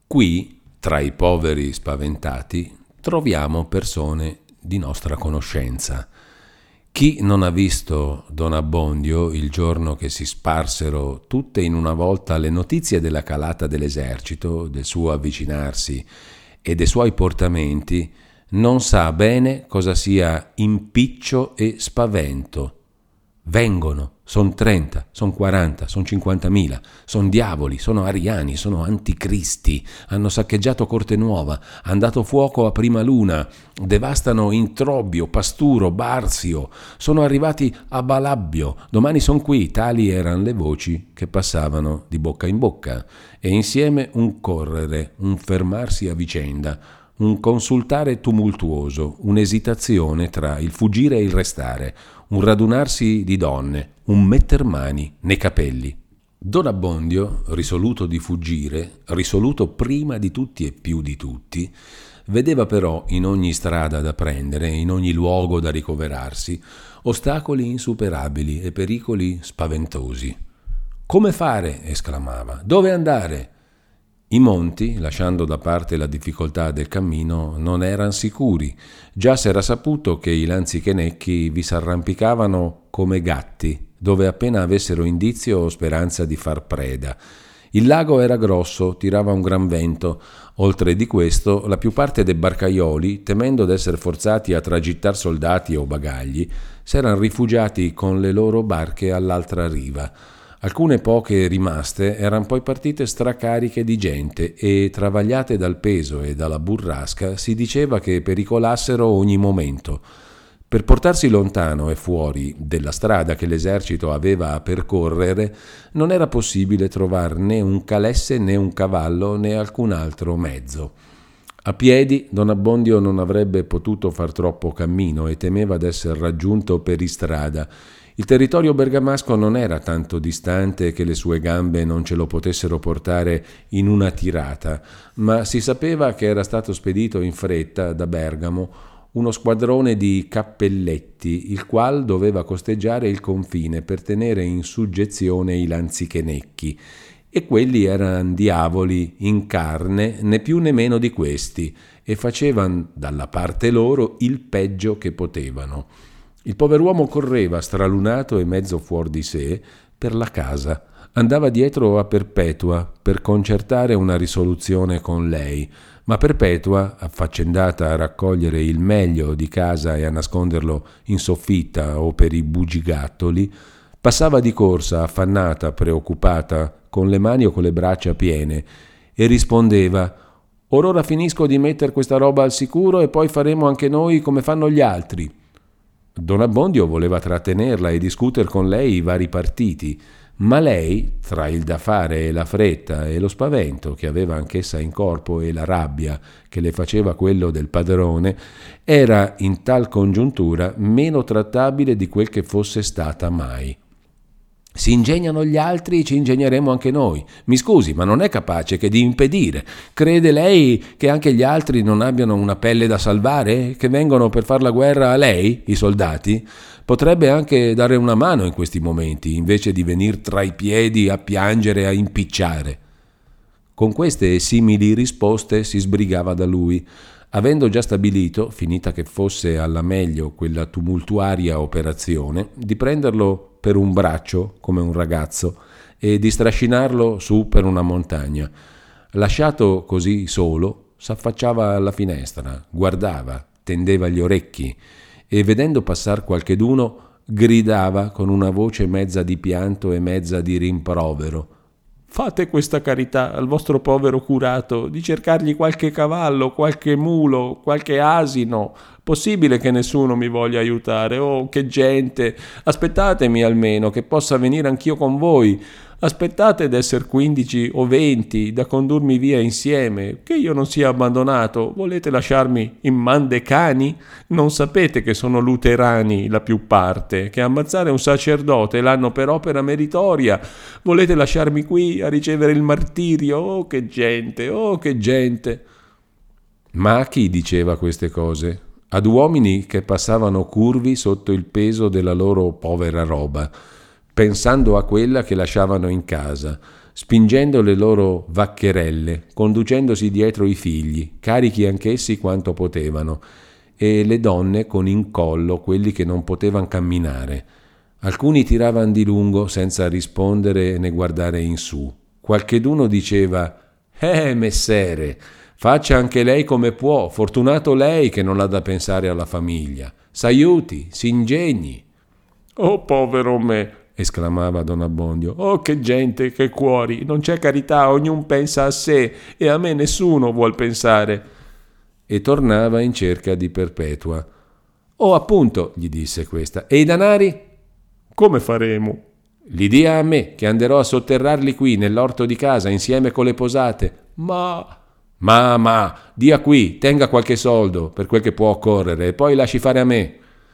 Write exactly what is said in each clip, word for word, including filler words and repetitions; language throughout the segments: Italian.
Qui, tra i poveri spaventati, troviamo persone di nostra conoscenza. Chi non ha visto Don Abbondio il giorno che si sparsero tutte in una volta le notizie della calata dell'esercito, del suo avvicinarsi e dei suoi portamenti, non sa bene cosa sia impiccio e spavento. Vengono, son trenta, son quaranta, son cinquantamila, son diavoli, sono ariani, sono anticristi, hanno saccheggiato Cortenuova, han dato fuoco a Prima Luna, devastano Introbbio, Pasturo, Barzio, sono arrivati a Balabbio, domani son qui, tali eran le voci che passavano di bocca in bocca, e insieme un correre, un fermarsi a vicenda, un consultare tumultuoso, un'esitazione tra il fuggire e il restare, un radunarsi di donne, un metter mani nei capelli. Don Abbondio, risoluto di fuggire, risoluto prima di tutti e più di tutti, vedeva però in ogni strada da prendere, in ogni luogo da ricoverarsi, ostacoli insuperabili e pericoli spaventosi. «Come fare?» esclamava. «Dove andare?» I monti, lasciando da parte la difficoltà del cammino, non eran sicuri. Già s'era saputo che i lanzichenecchi vi s'arrampicavano come gatti, dove appena avessero indizio o speranza di far preda. Il lago era grosso, tirava un gran vento. Oltre di questo, la più parte dei barcaioli, temendo d'essere forzati a tragittar soldati o bagagli, s'eran rifugiati con le loro barche all'altra riva. Alcune poche rimaste eran poi partite stracariche di gente e, travagliate dal peso e dalla burrasca, si diceva che pericolassero ogni momento. Per portarsi lontano e fuori della strada che l'esercito aveva a percorrere, non era possibile trovar né un calesse né un cavallo né alcun altro mezzo. A piedi Don Abbondio non avrebbe potuto far troppo cammino e temeva d'essere raggiunto per istrada. Il territorio bergamasco non era tanto distante che le sue gambe non ce lo potessero portare in una tirata, ma si sapeva che era stato spedito in fretta da Bergamo uno squadrone di cappelletti, il qual doveva costeggiare il confine per tenere in suggezione i lanzichenecchi, e quelli eran diavoli in carne, né più né meno di questi, e facevan dalla parte loro il peggio che potevano. Il pover'uomo correva stralunato e mezzo fuor di sé per la casa. Andava dietro a Perpetua per concertare una risoluzione con lei, ma Perpetua, affaccendata a raccogliere il meglio di casa e a nasconderlo in soffitta o per i bugigattoli, passava di corsa, affannata, preoccupata, con le mani o con le braccia piene, e rispondeva: «Or ora finisco di metter questa roba al sicuro e poi faremo anche noi come fanno gli altri». Don Abbondio voleva trattenerla e discuter con lei i vari partiti, ma lei, tra il da fare e la fretta e lo spavento che aveva anch'essa in corpo e la rabbia che le faceva quello del padrone, era in tal congiuntura meno trattabile di quel che fosse stata mai. «Si ingegnano gli altri, ci ingegneremo anche noi. Mi scusi, ma non è capace che di impedire. Crede lei che anche gli altri non abbiano una pelle da salvare? Che vengono per far la guerra a lei, i soldati? Potrebbe anche dare una mano in questi momenti, invece di venir tra i piedi a piangere e a impicciare». Con queste e simili risposte si sbrigava da lui, avendo già stabilito, finita che fosse alla meglio quella tumultuaria operazione, di prenderlo per un braccio, come un ragazzo, e di strascinarlo su per una montagna. Lasciato così solo, s'affacciava alla finestra, guardava, tendeva gli orecchi e, vedendo passar qualcheduno, gridava con una voce mezza di pianto e mezza di rimprovero: «Fate questa carità al vostro povero curato di cercargli qualche cavallo, qualche mulo, qualche asino. Possibile che nessuno mi voglia aiutare? Oh, che gente! Aspettatemi almeno che possa venire anch'io con voi. Aspettate d'esser quindici o venti da condurmi via insieme, che io non sia abbandonato. Volete lasciarmi in man de cani? Non sapete che sono luterani la più parte, che ammazzare un sacerdote l'hanno per opera meritoria. Volete lasciarmi qui a ricevere il martirio? Oh, che gente! Oh, che gente!» Ma a chi diceva queste cose? Ad uomini che passavano curvi sotto il peso della loro povera roba, pensando a quella che lasciavano in casa, spingendo le loro vaccherelle, conducendosi dietro i figli, carichi anch'essi quanto potevano, e le donne con in collo quelli che non potevano camminare. Alcuni tiravano di lungo senza rispondere né guardare in su. Qualcheduno diceva: «Eh, messere, faccia anche lei come può, fortunato lei che non ha da pensare alla famiglia. S'aiuti, s'ingegni». «Oh, povero me!» esclamava Don Abbondio. «Oh, che gente, che cuori! Non c'è carità, ognuno pensa a sé e a me nessuno vuol pensare». E tornava in cerca di Perpetua. «Oh, appunto», gli disse questa, «e i danari?» «Come faremo?» «Li dia a me, che anderò a sotterrarli qui, nell'orto di casa, insieme con le posate». «Ma...» «Ma, ma, dia qui, tenga qualche soldo, per quel che può occorrere, e poi lasci fare a me».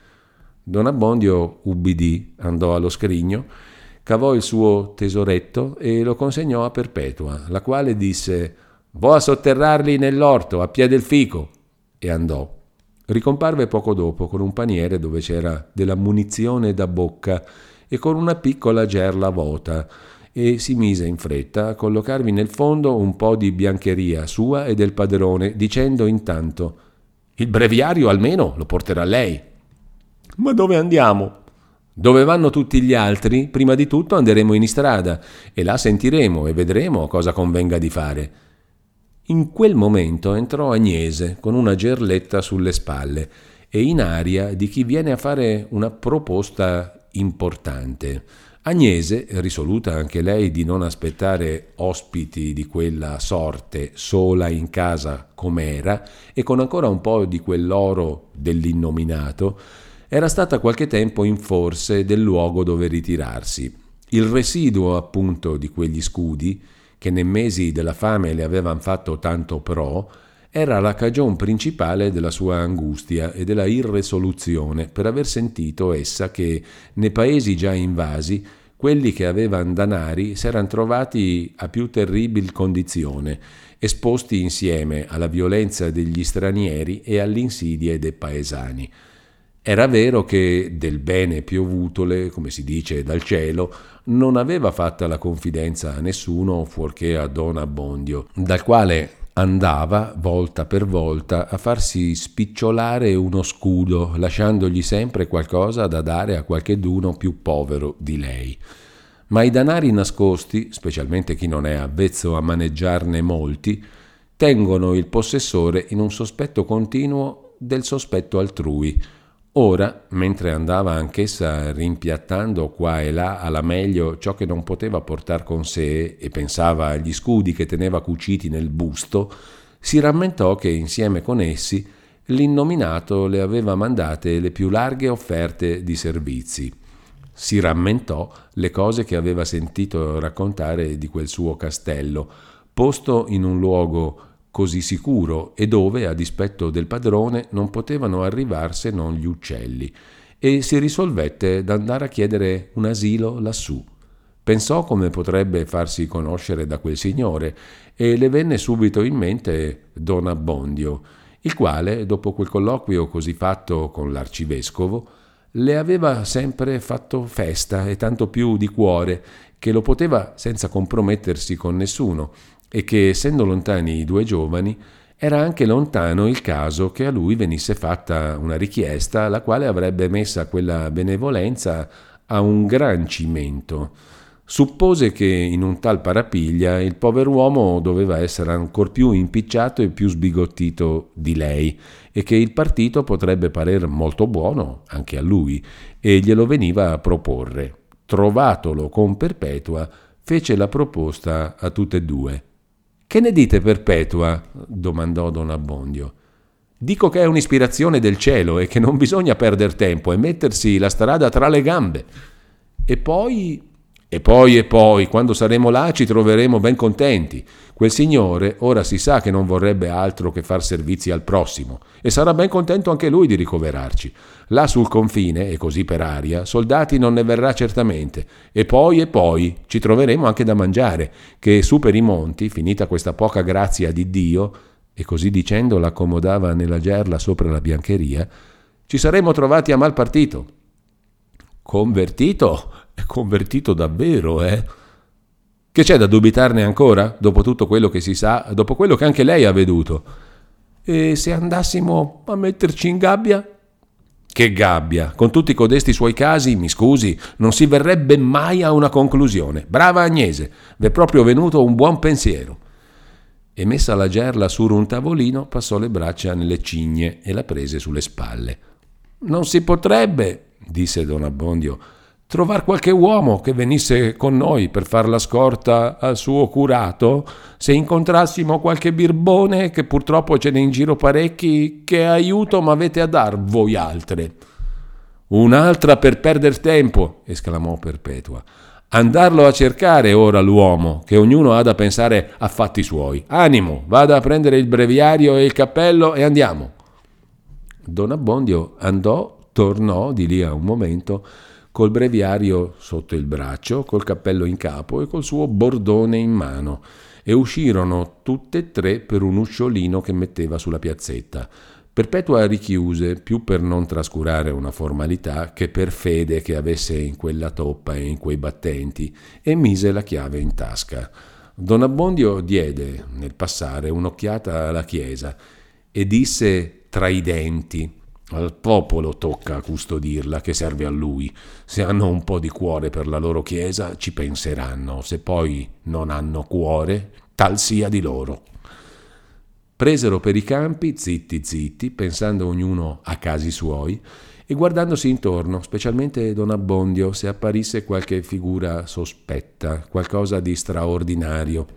Don Abbondio ubbidì, andò allo scrigno, cavò il suo tesoretto e lo consegnò a Perpetua, la quale disse: «Vo a sotterrarli nell'orto, a piè del fico», e andò. Ricomparve poco dopo con un paniere dove c'era della munizione da bocca e con una piccola gerla vuota, e si mise in fretta a collocarvi nel fondo un po' di biancheria sua e del padrone, dicendo intanto: «Il breviario almeno lo porterà lei». «Ma dove andiamo?» «Dove vanno tutti gli altri, prima di tutto anderemo in istrada e là sentiremo e vedremo cosa convenga di fare». In quel momento entrò Agnese con una gerletta sulle spalle e in aria di chi viene a fare una proposta importante. Agnese, risoluta anche lei di non aspettare ospiti di quella sorte sola in casa com'era e con ancora un po' di quell'oro dell'innominato, era stata qualche tempo in forse del luogo dove ritirarsi. Il residuo appunto di quegli scudi, che nei mesi della fame le avevan fatto tanto pro, era la cagion principale della sua angustia e della irresoluzione per aver sentito essa che nei paesi già invasi quelli che avevan danari s'eran trovati a più terribil condizione, esposti insieme alla violenza degli stranieri e alle insidie dei paesani. Era vero che del bene piovutole, come si dice dal cielo, non aveva fatta la confidenza a nessuno fuorché a Don Abbondio, dal quale andava volta per volta a farsi spicciolare uno scudo, lasciandogli sempre qualcosa da dare a qualcheduno più povero di lei. Ma i danari nascosti, specialmente chi non è avvezzo a maneggiarne molti, tengono il possessore in un sospetto continuo del sospetto altrui. Ora, mentre andava anch'essa rimpiattando qua e là alla meglio ciò che non poteva portar con sé e pensava agli scudi che teneva cuciti nel busto, si rammentò che insieme con essi l'innominato le aveva mandate le più larghe offerte di servizi. Si rammentò le cose che aveva sentito raccontare di quel suo castello, posto in un luogo così sicuro e dove, a dispetto del padrone, non potevano arrivar se non gli uccelli, e si risolvette d'andare a chiedere un asilo lassù. Pensò come potrebbe farsi conoscere da quel signore e le venne subito in mente Don Abbondio, il quale, dopo quel colloquio così fatto con l'arcivescovo, le aveva sempre fatto festa e tanto più di cuore che lo poteva senza compromettersi con nessuno, e che, essendo lontani i due giovani, era anche lontano il caso che a lui venisse fatta una richiesta la quale avrebbe messa quella benevolenza a un gran cimento. Suppose che in un tal parapiglia il pover'uomo doveva essere ancor più impicciato e più sbigottito di lei, e che il partito potrebbe parer molto buono anche a lui, e glielo veniva a proporre. Trovatolo con Perpetua, fece la proposta a tutte e due. «Che ne dite, Perpetua?» domandò Don Abbondio. «Dico che è un'ispirazione del cielo e che non bisogna perder tempo e mettersi la strada tra le gambe. E poi, e poi, e poi, quando saremo là ci troveremo ben contenti. Quel signore ora si sa che non vorrebbe altro che far servizi al prossimo e sarà ben contento anche lui di ricoverarci. Là sul confine, e così per aria, soldati non ne verrà certamente. E poi, e poi, ci troveremo anche da mangiare, che su per i monti, finita questa poca grazia di Dio», e così dicendo l'accomodava nella gerla sopra la biancheria, «ci saremmo trovati a mal partito». «Convertito? È convertito davvero, eh?» Che c'è da dubitarne ancora, dopo tutto quello che si sa, dopo quello che anche lei ha veduto? E se andassimo a metterci in gabbia? Che gabbia? Con tutti codesti suoi casi, mi scusi, non si verrebbe mai a una conclusione. Brava Agnese, v'è proprio venuto un buon pensiero. E messa la gerla su un tavolino, passò le braccia nelle cigne e la prese sulle spalle. Non si potrebbe, disse Don Abbondio, trovar qualche uomo che venisse con noi per far la scorta al suo curato, se incontrassimo qualche birbone, che purtroppo ce n'è in giro parecchi, che aiuto m'avete a dar voi altre. Un'altra per perder tempo, esclamò Perpetua. Andarlo a cercare ora l'uomo, che ognuno ha da pensare a fatti suoi. Animo, vada a prendere il breviario e il cappello e andiamo. Don Abbondio andò, tornò di lì a un momento, col breviario sotto il braccio, col cappello in capo e col suo bordone in mano, e uscirono tutte e tre per un usciolino che metteva sulla piazzetta. Perpetua richiuse, più per non trascurare una formalità che per fede che avesse in quella toppa e in quei battenti, e mise la chiave in tasca. Don Abbondio diede, nel passare, un'occhiata alla chiesa e disse tra i denti: al popolo tocca custodirla, che serve a lui. Se hanno un po' di cuore per la loro chiesa, ci penseranno. Se poi non hanno cuore, tal sia di loro. Presero per i campi, zitti zitti, pensando ognuno a casi suoi, e guardandosi intorno, specialmente Don Abbondio, se apparisse qualche figura sospetta, qualcosa di straordinario.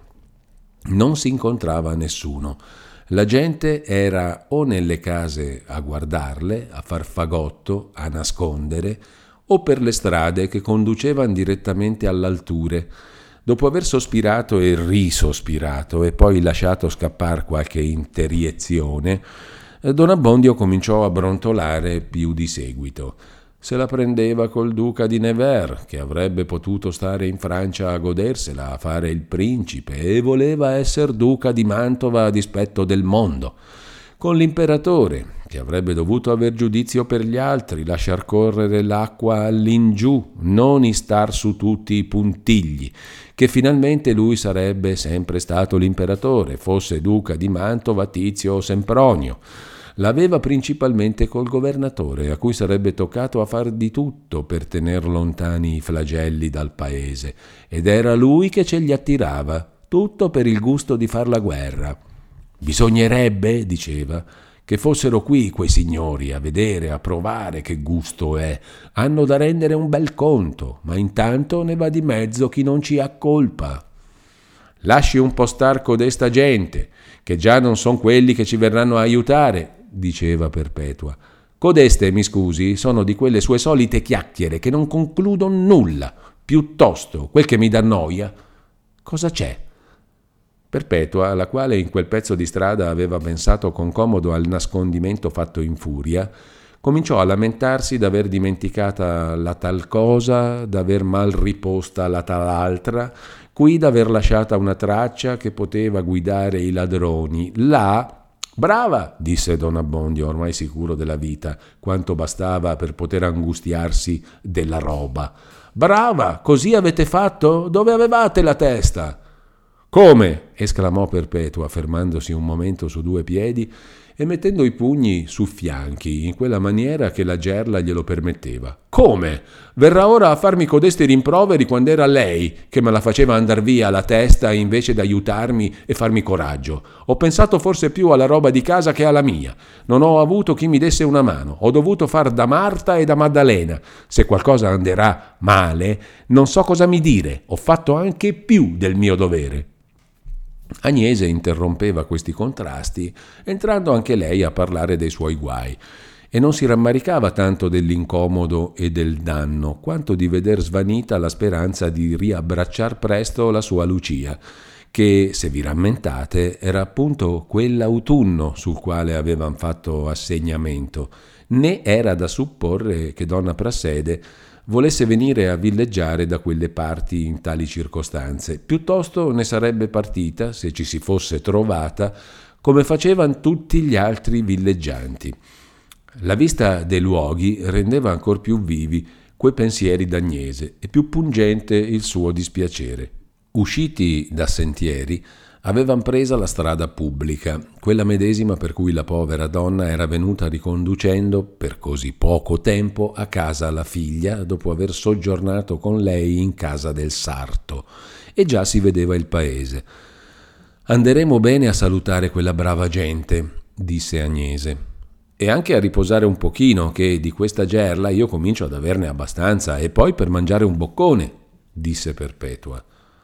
Non si incontrava nessuno. La gente era o nelle case a guardarle, a far fagotto, a nascondere, o per le strade che conducevano direttamente all'alture. Dopo aver sospirato e risospirato e poi lasciato scappar qualche interiezione, Don Abbondio cominciò a brontolare più di seguito. Se la prendeva col duca di Nevers, che avrebbe potuto stare in Francia a godersela, a fare il principe, e voleva esser duca di Mantova a dispetto del mondo. Con l'imperatore, che avrebbe dovuto aver giudizio per gli altri, lasciar correre l'acqua all'ingiù, non istar su tutti i puntigli, che finalmente lui sarebbe sempre stato l'imperatore, fosse duca di Mantova Tizio o Sempronio. L'aveva principalmente col governatore, a cui sarebbe toccato a far di tutto per tener lontani i flagelli dal paese, ed era lui che ce li attirava, tutto per il gusto di far la guerra. Bisognerebbe, diceva, che fossero qui quei signori a vedere, a provare che gusto è. Hanno da rendere un bel conto, ma intanto ne va di mezzo chi non ci ha colpa. Lasci un po' star codesta gente, che già non son quelli che ci verranno a aiutare, diceva Perpetua. Codeste, mi scusi, sono di quelle sue solite chiacchiere che non concludono nulla. Piuttosto, quel che mi dà noia, cosa c'è? Perpetua, la quale in quel pezzo di strada aveva pensato con comodo al nascondimento fatto in furia, cominciò a lamentarsi d'aver dimenticata la tal cosa, d'aver mal riposta la tal altra, qui d'aver lasciata una traccia che poteva guidare i ladroni, là. Brava, disse Don Abbondio, ormai sicuro della vita, quanto bastava per poter angustiarsi della roba. Brava, così avete fatto? Dove avevate la testa? Come? Esclamò Perpetua, fermandosi un momento su due piedi e mettendo i pugni su fianchi, in quella maniera che la gerla glielo permetteva. Come? Verrà ora a farmi codesti rimproveri quando era lei che me la faceva andar via la testa invece d'aiutarmi e farmi coraggio. Ho pensato forse più alla roba di casa che alla mia. Non ho avuto chi mi desse una mano. Ho dovuto far da Marta e da Maddalena. Se qualcosa anderà male, non so cosa mi dire. Ho fatto anche più del mio dovere. Agnese interrompeva questi contrasti, entrando anche lei a parlare dei suoi guai, e non si rammaricava tanto dell'incomodo e del danno, quanto di veder svanita la speranza di riabbracciar presto la sua Lucia, che, se vi rammentate, era appunto quell'autunno sul quale avevan fatto assegnamento, né era da supporre che donna Prassede volesse venire a villeggiare da quelle parti in tali circostanze. Piuttosto ne sarebbe partita, se ci si fosse trovata, come facevano tutti gli altri villeggianti. La vista dei luoghi rendeva ancor più vivi quei pensieri d'Agnese e più pungente il suo dispiacere. Usciti da Sentieri, avevan presa la strada pubblica, quella medesima per cui la povera donna era venuta riconducendo per così poco tempo a casa la figlia dopo aver soggiornato con lei in casa del sarto, e già si vedeva il paese. «Anderemo bene a salutare quella brava gente», disse Agnese, «e anche a riposare un pochino, che di questa gerla io comincio ad averne abbastanza, e poi per mangiare un boccone», disse Perpetua.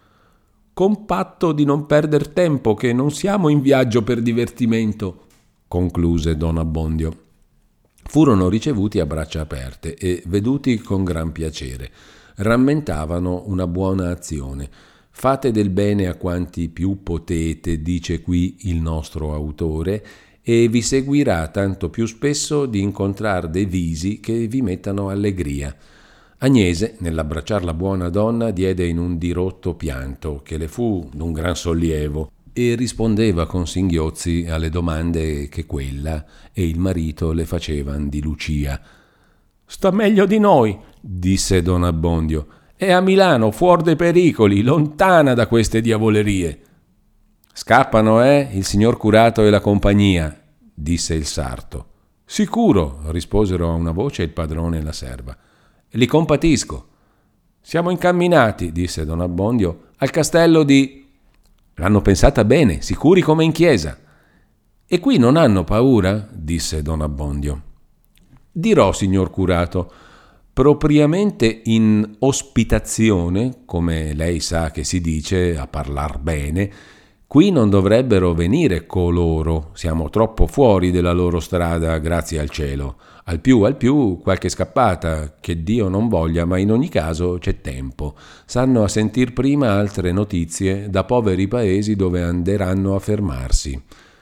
«Con patto di non perder tempo, che non siamo in viaggio per divertimento», concluse don Abbondio. Furono ricevuti a braccia aperte e veduti con gran piacere. Rammentavano una buona azione. «Fate del bene a quanti più potete», dice qui il nostro autore, «e vi seguirà tanto più spesso di incontrar dei visi che vi mettano allegria». Agnese, nell'abbracciar la buona donna, diede in un dirotto pianto, che le fu d'un gran sollievo, e rispondeva con singhiozzi alle domande che quella e il marito le facevan di Lucia. «Sta meglio di noi», disse don Abbondio. «È a Milano, fuor dei pericoli, lontana da queste diavolerie». «Scappano, eh, il signor curato e la compagnia», disse il sarto. «Sicuro», risposero a una voce il padrone e la serva. «Li compatisco». «Siamo incamminati», disse don Abbondio, «al castello di...» «L'hanno pensata bene, sicuri come in chiesa». «E qui non hanno paura?» disse don Abbondio. «Dirò, signor curato, propriamente in ospitazione, come lei sa che si dice a parlar bene, qui non dovrebbero venire coloro, siamo troppo fuori della loro strada, grazie al cielo. Al più al più qualche scappata, che Dio non voglia, ma in ogni caso c'è tempo. Sanno a sentir prima altre notizie da poveri paesi dove anderanno a fermarsi».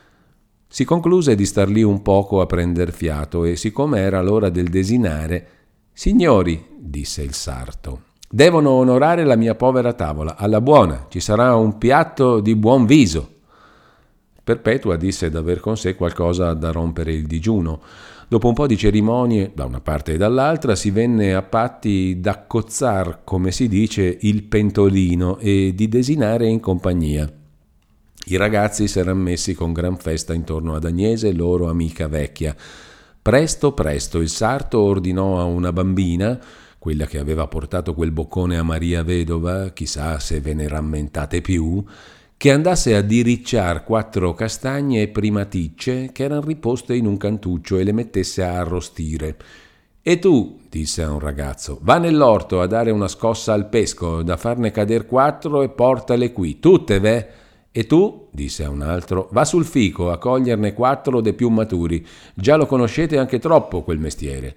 Si concluse di star lì un poco a prender fiato e, siccome era l'ora del desinare, «Signori», disse il sarto, «devono onorare la mia povera tavola. Alla buona, ci sarà un piatto di buon viso». Perpetua disse d'aver con sé qualcosa da rompere il digiuno. Dopo un po' di cerimonie, da una parte e dall'altra, si venne a patti d'accozzar, come si dice, il pentolino e di desinare in compagnia. I ragazzi s'eran messi con gran festa intorno ad Agnese, loro amica vecchia. Presto, presto, il sarto ordinò a una bambina, quella che aveva portato quel boccone a Maria vedova, chissà se ve ne rammentate più, che andasse a diricciar quattro castagne primaticce che eran riposte in un cantuccio e le mettesse a arrostire. «E tu», disse a un ragazzo, «va nell'orto a dare una scossa al pesco, da farne cader quattro e portale qui, tutte, ve?» «E tu», disse a un altro, «va sul fico a coglierne quattro de più maturi, già lo conoscete anche troppo quel mestiere».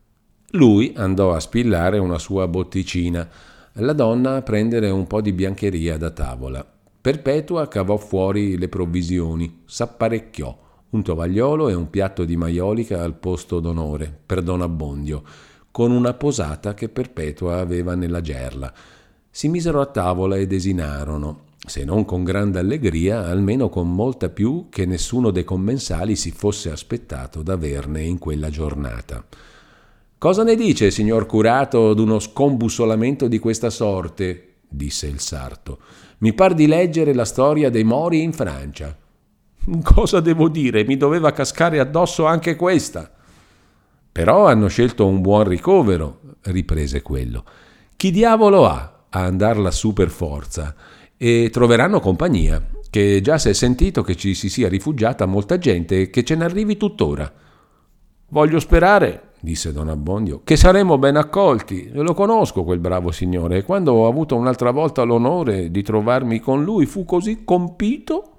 Lui andò a spillare una sua botticina, la donna a prendere un po' di biancheria da tavola. Perpetua cavò fuori le provvisioni, s'apparecchiò, un tovagliolo e un piatto di maiolica al posto d'onore, per don Abbondio, con una posata che Perpetua aveva nella gerla. Si misero a tavola e desinarono, se non con grande allegria, almeno con molta più che nessuno dei commensali si fosse aspettato d'averne in quella giornata. «Cosa ne dice, signor curato, d'uno scombussolamento di questa sorte?» disse il sarto. «Mi par di leggere la storia dei Mori in Francia». «Cosa devo dire? Mi doveva cascare addosso anche questa». «Però hanno scelto un buon ricovero», riprese quello. «Chi diavolo ha a andar lassù per forza? E troveranno compagnia, che già s'è sentito che ci si sia rifugiata molta gente e che ce n'arrivi tuttora». «Voglio sperare», disse don Abbondio, «che saremo ben accolti. Lo conosco quel bravo signore, e quando ho avuto un'altra volta l'onore di trovarmi con lui fu così compito».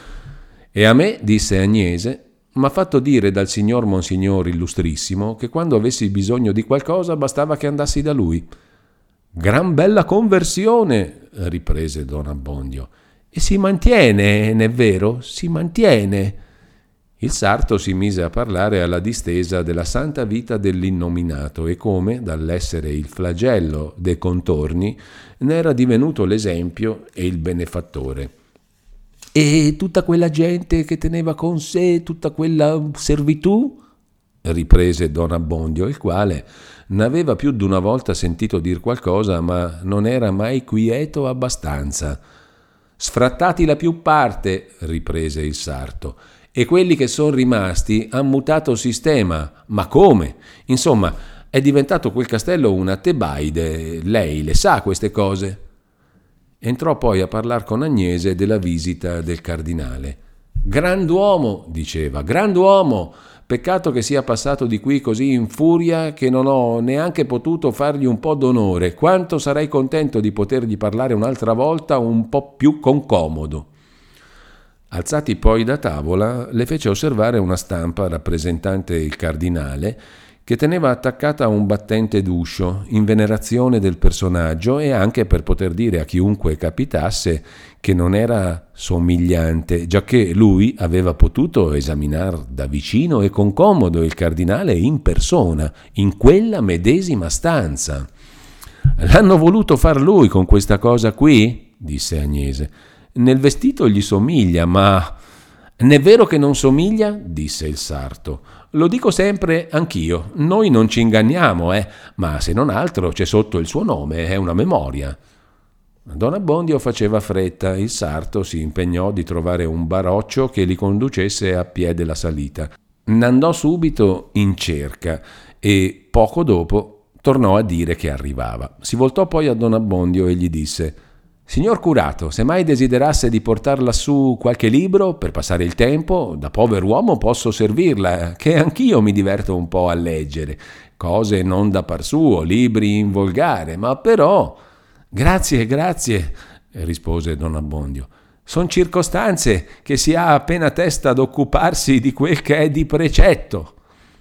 «E a me», disse Agnese, «m'ha fatto dire dal signor Monsignor Illustrissimo che quando avessi bisogno di qualcosa bastava che andassi da lui». «Gran bella conversione», riprese don Abbondio, «e si mantiene, n'è vero? Si mantiene». Il sarto si mise a parlare alla distesa della santa vita dell'innominato e come, dall'essere il flagello dei contorni, ne era divenuto l'esempio e il benefattore. «E tutta quella gente che teneva con sé tutta quella servitù?» riprese don Abbondio, il quale, N'aveva più d'una volta sentito dir qualcosa, ma non era mai quieto abbastanza. «Sfrattati la più parte», riprese il sarto, «e quelli che sono rimasti han mutato sistema. Ma come? Insomma, è diventato quel castello una Tebaide. Lei le sa queste cose?» Entrò poi a parlar con Agnese della visita del cardinale. «Grand'uomo», diceva, «grand'uomo! Peccato che sia passato di qui così in furia che non ho neanche potuto fargli un po' d'onore. Quanto sarei contento di potergli parlare un'altra volta un po' più con comodo». Alzati poi da tavola, le fece osservare una stampa rappresentante il cardinale che teneva attaccata a un battente d'uscio in venerazione del personaggio e anche per poter dire a chiunque capitasse che non era somigliante, giacché lui aveva potuto esaminar da vicino e con comodo il cardinale in persona, in quella medesima stanza. «L'hanno voluto far lui con questa cosa qui?» disse Agnese. «Nel vestito gli somiglia, ma...» «N'è vero che non somiglia?» disse il sarto. «Lo dico sempre anch'io, noi non ci inganniamo, eh, ma se non altro c'è sotto il suo nome, è una memoria». Don Abbondio faceva fretta, il sarto si impegnò di trovare un baroccio che li conducesse a piede la salita. N'andò subito in cerca e poco dopo tornò a dire che arrivava. Si voltò poi a Don Abbondio e gli disse: «Signor curato, se mai desiderasse di portar lassù qualche libro per passare il tempo, da pover'uomo posso servirla, che anch'io mi diverto un po' a leggere. Cose non da par suo, libri in volgare, ma però...» «Grazie, grazie», rispose Don Abbondio. «Son circostanze che si ha appena testa ad occuparsi di quel che è di precetto».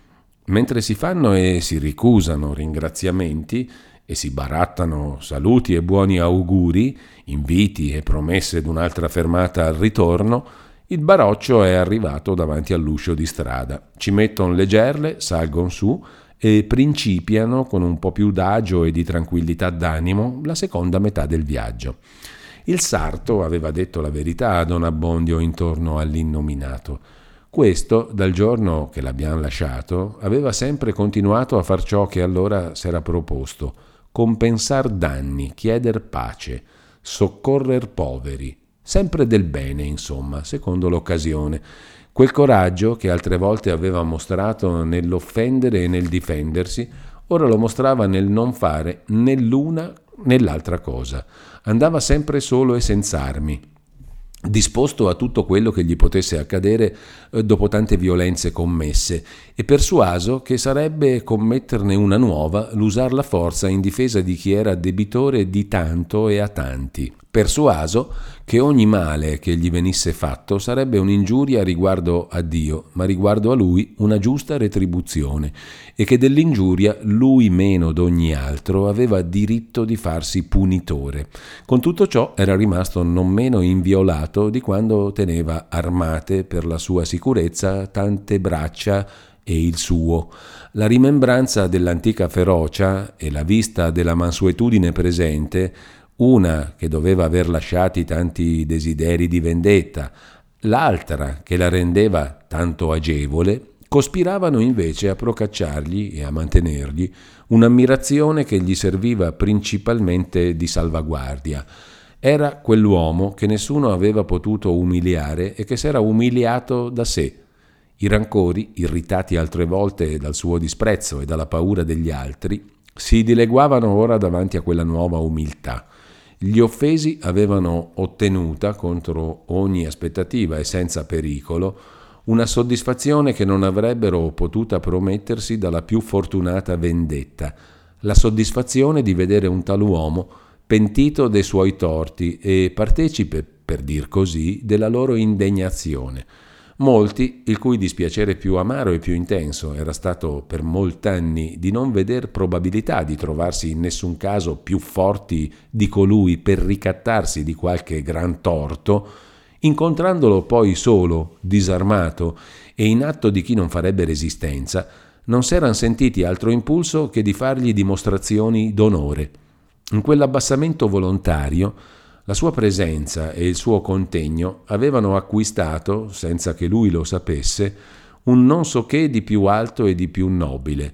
Mentre si fanno e si ricusano ringraziamenti e si barattano saluti e buoni auguri, inviti e promesse d'un'altra fermata al ritorno, il baroccio è arrivato davanti all'uscio di strada. Ci metton le gerle, salgon su e principiano con un po' più d'agio e di tranquillità d'animo la seconda metà del viaggio. Il sarto aveva detto la verità a Don Abbondio intorno all'innominato. Questo, dal giorno che l'abbiamo lasciato, aveva sempre continuato a far ciò che allora s'era proposto: compensar danni, chieder pace, soccorrer poveri, sempre del bene, insomma, secondo l'occasione. Quel coraggio che altre volte aveva mostrato nell'offendere e nel difendersi, ora lo mostrava nel non fare né l'una né l'altra cosa. Andava sempre solo e senza armi, disposto a tutto quello che gli potesse accadere dopo tante violenze commesse, e persuaso che sarebbe commetterne una nuova l'usar la forza in difesa di chi era debitore di tanto e a tanti. Persuaso che ogni male che gli venisse fatto sarebbe un'ingiuria riguardo a Dio, ma riguardo a lui una giusta retribuzione, e che dell'ingiuria lui meno d'ogni altro aveva diritto di farsi punitore. Con tutto ciò era rimasto non meno inviolato di quando teneva armate per la sua sicurezza tante braccia e il suo. La rimembranza dell'antica ferocia e la vista della mansuetudine presente, una che doveva aver lasciati tanti desideri di vendetta, l'altra che la rendeva tanto agevole, cospiravano invece a procacciargli e a mantenergli un'ammirazione che gli serviva principalmente di salvaguardia. Era quell'uomo che nessuno aveva potuto umiliare e che s'era umiliato da sé. I rancori, irritati altre volte dal suo disprezzo e dalla paura degli altri, si dileguavano ora davanti a quella nuova umiltà. Gli offesi avevano ottenuta, contro ogni aspettativa e senza pericolo, una soddisfazione che non avrebbero potuta promettersi dalla più fortunata vendetta, la soddisfazione di vedere un tal uomo pentito dei suoi torti e partecipe, per dir così, della loro indegnazione. Molti, il cui dispiacere più amaro e più intenso era stato per molt'anni di non veder probabilità di trovarsi in nessun caso più forti di colui per ricattarsi di qualche gran torto, incontrandolo poi solo, disarmato e in atto di chi non farebbe resistenza, non s'eran sentiti altro impulso che di fargli dimostrazioni d'onore. In quell'abbassamento volontario la sua presenza e il suo contegno avevano acquistato, senza che lui lo sapesse, un non so che di più alto e di più nobile,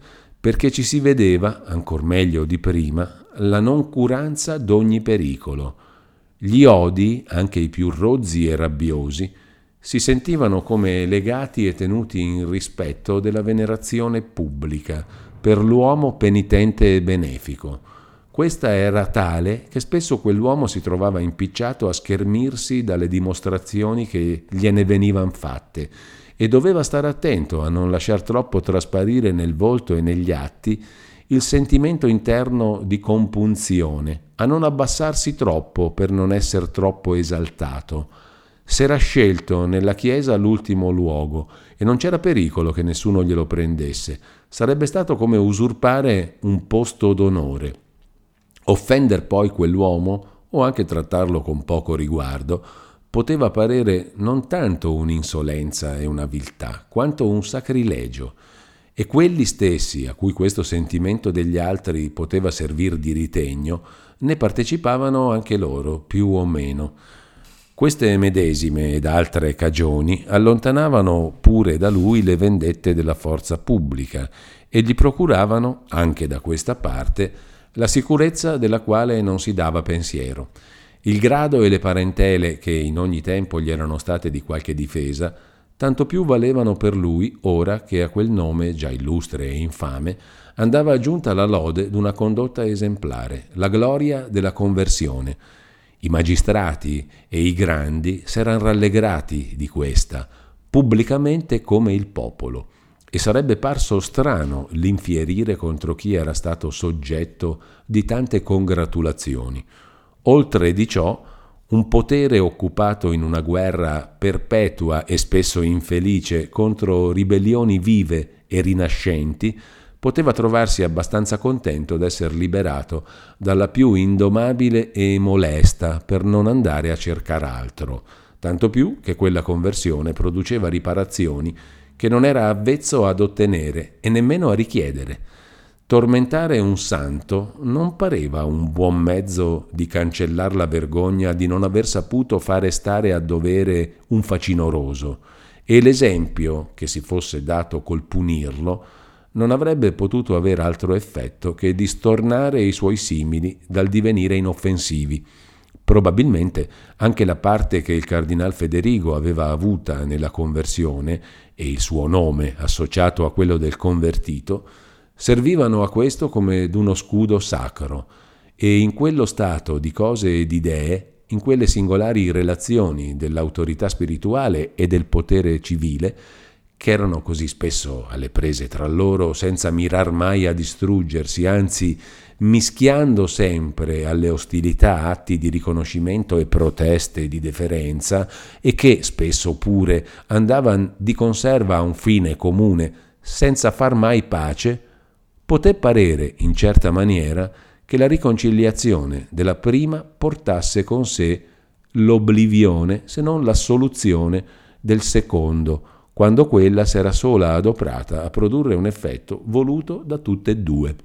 perché ci si vedeva, ancor meglio di prima, la noncuranza d'ogni pericolo. Gli odi, anche i più rozzi e rabbiosi, si sentivano come legati e tenuti in rispetto della venerazione pubblica per l'uomo penitente e benefico. Questa era tale che spesso quell'uomo si trovava impicciato a schermirsi dalle dimostrazioni che gliene venivan fatte e doveva stare attento a non lasciar troppo trasparire nel volto e negli atti il sentimento interno di compunzione, a non abbassarsi troppo per non essere troppo esaltato. S'era scelto nella chiesa l'ultimo luogo e non c'era pericolo che nessuno glielo prendesse. Sarebbe stato come usurpare un posto d'onore. Offender poi quell'uomo, o anche trattarlo con poco riguardo, poteva parere non tanto un'insolenza e una viltà, quanto un sacrilegio. E quelli stessi, a cui questo sentimento degli altri poteva servir di ritegno, ne partecipavano anche loro, più o meno. Queste medesime ed altre cagioni allontanavano pure da lui le vendette della forza pubblica e gli procuravano, anche da questa parte, la sicurezza della quale non si dava pensiero. Il grado e le parentele che in ogni tempo gli erano state di qualche difesa, tanto più valevano per lui ora che a quel nome, già illustre e infame, andava aggiunta la lode d'una condotta esemplare, la gloria della conversione. I magistrati e i grandi s'eran rallegrati di questa, pubblicamente come il popolo, e sarebbe parso strano l'infierire contro chi era stato soggetto di tante congratulazioni. Oltre di ciò, un potere occupato in una guerra perpetua e spesso infelice contro ribellioni vive e rinascenti poteva trovarsi abbastanza contento d'essere liberato dalla più indomabile e molesta per non andare a cercar altro, tanto più che quella conversione produceva riparazioni che non era avvezzo ad ottenere e nemmeno a richiedere. Tormentare un santo non pareva un buon mezzo di cancellar la vergogna di non aver saputo fare stare a dovere un facinoroso, e l'esempio che si fosse dato col punirlo non avrebbe potuto aver altro effetto che di stornare i suoi simili dal divenire inoffensivi. Probabilmente anche la parte che il cardinal Federigo aveva avuta nella conversione e il suo nome associato a quello del convertito servivano a questo come d'uno scudo sacro, e in quello stato di cose e di idee, in quelle singolari relazioni dell'autorità spirituale e del potere civile, che erano così spesso alle prese tra loro senza mirar mai a distruggersi, anzi mischiando sempre alle ostilità atti di riconoscimento e proteste di deferenza, e che spesso pure andavan di conserva a un fine comune senza far mai pace, poté parere in certa maniera che la riconciliazione della prima portasse con sé l'oblivione, se non l'assoluzione, del secondo, quando quella s'era sola adoprata a produrre un effetto voluto da tutte e due.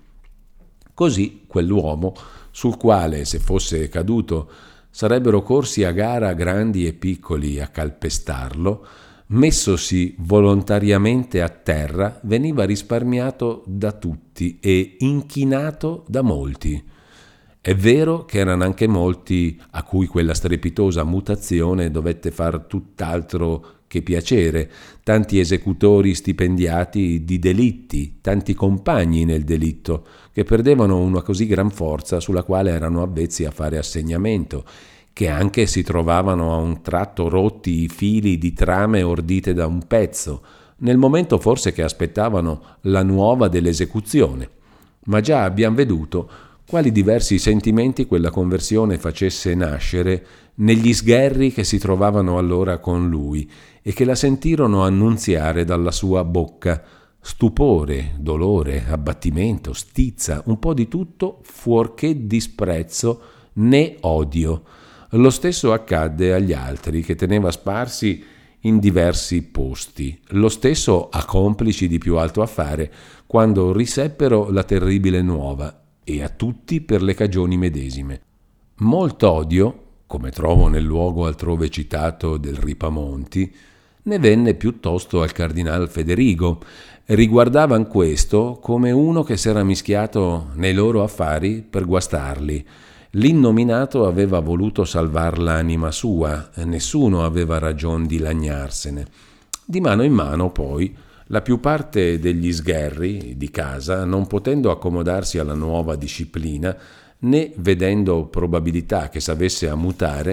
Così quell'uomo, sul quale, se fosse caduto, sarebbero corsi a gara grandi e piccoli a calpestarlo, messosi volontariamente a terra, veniva risparmiato da tutti e inchinato da molti. È vero che erano anche molti a cui quella strepitosa mutazione dovette far tutt'altro che piacere, tanti esecutori stipendiati di delitti, tanti compagni nel delitto, che perdevano una così gran forza sulla quale erano avvezzi a fare assegnamento, che anche si trovavano a un tratto rotti i fili di trame ordite da un pezzo, nel momento forse che aspettavano la nuova dell'esecuzione. Ma già abbiamo veduto quali diversi sentimenti quella conversione facesse nascere negli sgherri che si trovavano allora con lui e che la sentirono annunziare dalla sua bocca: stupore, dolore, abbattimento, stizza, un po' di tutto, fuorché disprezzo né odio. Lo stesso accadde agli altri che teneva sparsi in diversi posti, lo stesso a complici di più alto affare quando riseppero la terribile nuova, e a tutti per le cagioni medesime. Molto odio, come trovo nel luogo altrove citato del Ripamonti, ne venne piuttosto al cardinal Federigo. Riguardavan questo come uno che s'era mischiato nei loro affari per guastarli. L'innominato aveva voluto salvar l'anima sua, nessuno aveva ragion di lagnarsene. Di mano in mano, poi, la più parte degli sgherri di casa, non potendo accomodarsi alla nuova disciplina, né vedendo probabilità che s'avesse a mutare,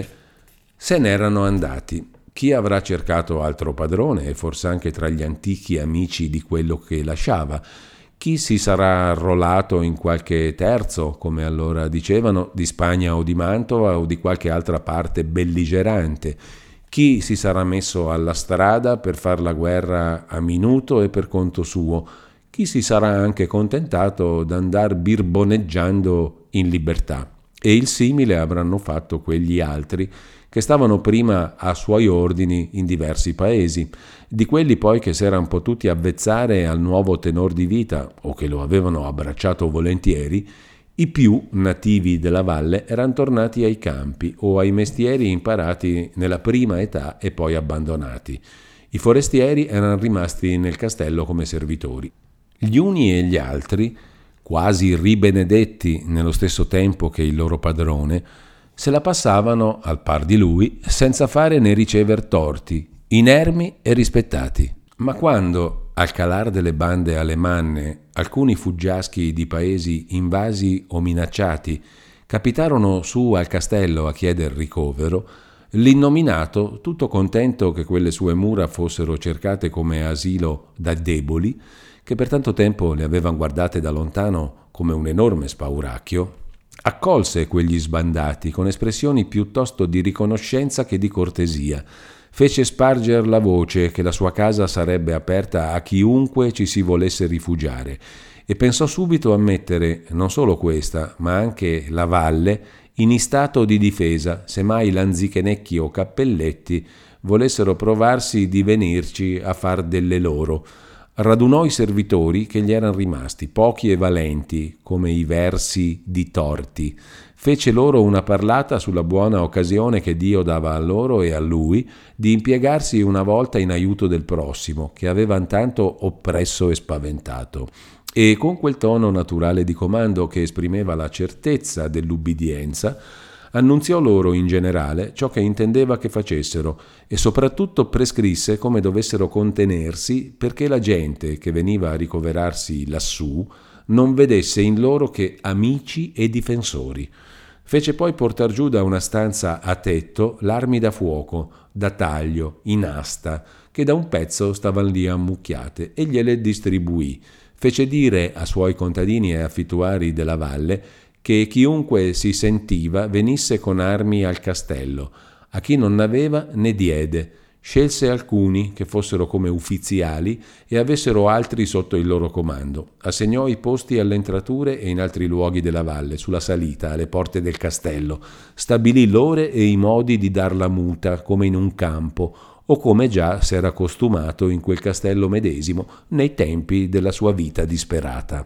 se n'erano andati. Chi avrà cercato altro padrone, e forse anche tra gli antichi amici di quello che lasciava. Chi si sarà arruolato in qualche terzo, come allora dicevano, di Spagna o di Mantova o di qualche altra parte belligerante. Chi si sarà messo alla strada per far la guerra a minuto e per conto suo. Chi si sarà anche contentato d'andar birboneggiando in libertà. E il simile avranno fatto quegli altri che stavano prima a suoi ordini in diversi paesi, di quelli poi che s'eran potuti avvezzare al nuovo tenor di vita o che lo avevano abbracciato volentieri. I più nativi della valle erano tornati ai campi o ai mestieri imparati nella prima età e poi abbandonati. I forestieri erano rimasti nel castello come servitori. Gli uni e gli altri, quasi ribenedetti nello stesso tempo che il loro padrone, se la passavano, al par di lui, senza fare né ricever torti, inermi e rispettati. Ma quando, al calar delle bande alemanne, alcuni fuggiaschi di paesi invasi o minacciati capitarono su al castello a chieder ricovero, l'innominato, tutto contento che quelle sue mura fossero cercate come asilo da deboli, che per tanto tempo le avevan guardate da lontano come un enorme spauracchio, accolse quegli sbandati con espressioni piuttosto di riconoscenza che di cortesia, fece sparger la voce che la sua casa sarebbe aperta a chiunque ci si volesse rifugiare e pensò subito a mettere non solo questa, ma anche la valle in stato di difesa, se mai lanzichenecchi o cappelletti volessero provarsi di venirci a far delle loro. Radunò i servitori che gli erano rimasti, pochi e valenti, come i versi di torti. Fece loro una parlata sulla buona occasione che Dio dava a loro e a lui di impiegarsi una volta in aiuto del prossimo, che avevan tanto oppresso e spaventato. E con quel tono naturale di comando che esprimeva la certezza dell'ubbidienza, annunziò loro in generale ciò che intendeva che facessero e soprattutto prescrisse come dovessero contenersi perché la gente che veniva a ricoverarsi lassù non vedesse in loro che amici e difensori. Fece poi portar giù da una stanza a tetto l'armi da fuoco, da taglio, in asta, che da un pezzo stavano lì ammucchiate e gliele distribuì. Fece dire a suoi contadini e affittuari della valle che chiunque si sentiva venisse con armi al castello. A chi non n'aveva ne diede. Scelse alcuni che fossero come ufficiali e avessero altri sotto il loro comando. Assegnò i posti alle entrature e in altri luoghi della valle, sulla salita, alle porte del castello. Stabilì l'ore e i modi di dar la muta, come in un campo, o come già s'era costumato in quel castello medesimo nei tempi della sua vita disperata.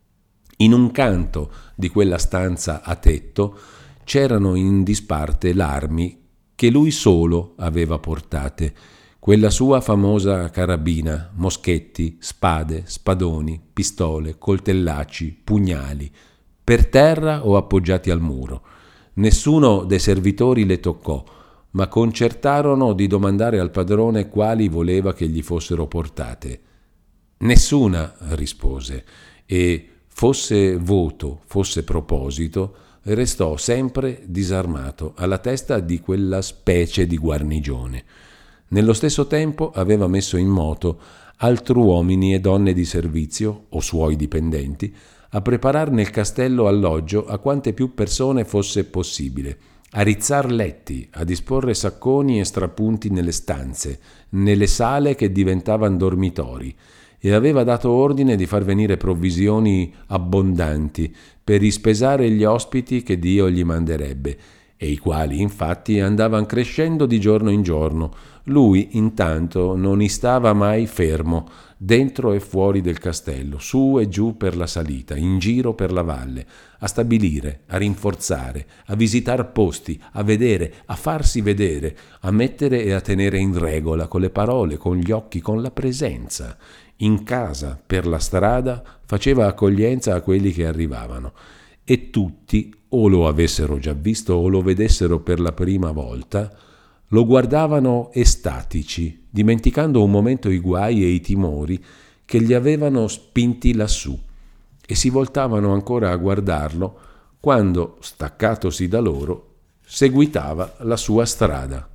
In un canto di quella stanza a tetto c'erano in disparte l'armi che lui solo aveva portate, quella sua famosa carabina, moschetti, spade, spadoni, pistole, coltellacci, pugnali, per terra o appoggiati al muro. Nessuno dei servitori le toccò, ma concertarono di domandare al padrone quali voleva che gli fossero portate. Nessuna, rispose, e fosse voto, fosse proposito, restò sempre disarmato alla testa di quella specie di guarnigione. Nello stesso tempo aveva messo in moto altri uomini e donne di servizio, o suoi dipendenti, a preparar nel castello alloggio a quante più persone fosse possibile, a rizzar letti, a disporre sacconi e strapunti nelle stanze, nelle sale che diventavan dormitori, e aveva dato ordine di far venire provvisioni abbondanti per ispesare gli ospiti che Dio gli manderebbe, e i quali infatti andavan crescendo di giorno in giorno, Lui intanto non stava mai fermo, dentro e fuori del castello, su e giù per la salita, in giro per la valle, a stabilire, a rinforzare, a visitar posti, a vedere, a farsi vedere, a mettere e a tenere in regola con le parole, con gli occhi, con la presenza. In casa, per la strada, faceva accoglienza a quelli che arrivavano e tutti, o lo avessero già visto o lo vedessero per la prima volta, lo guardavano estatici, dimenticando un momento i guai e i timori che gli avevano spinti lassù, e si voltavano ancora a guardarlo quando, staccatosi da loro, seguitava la sua strada.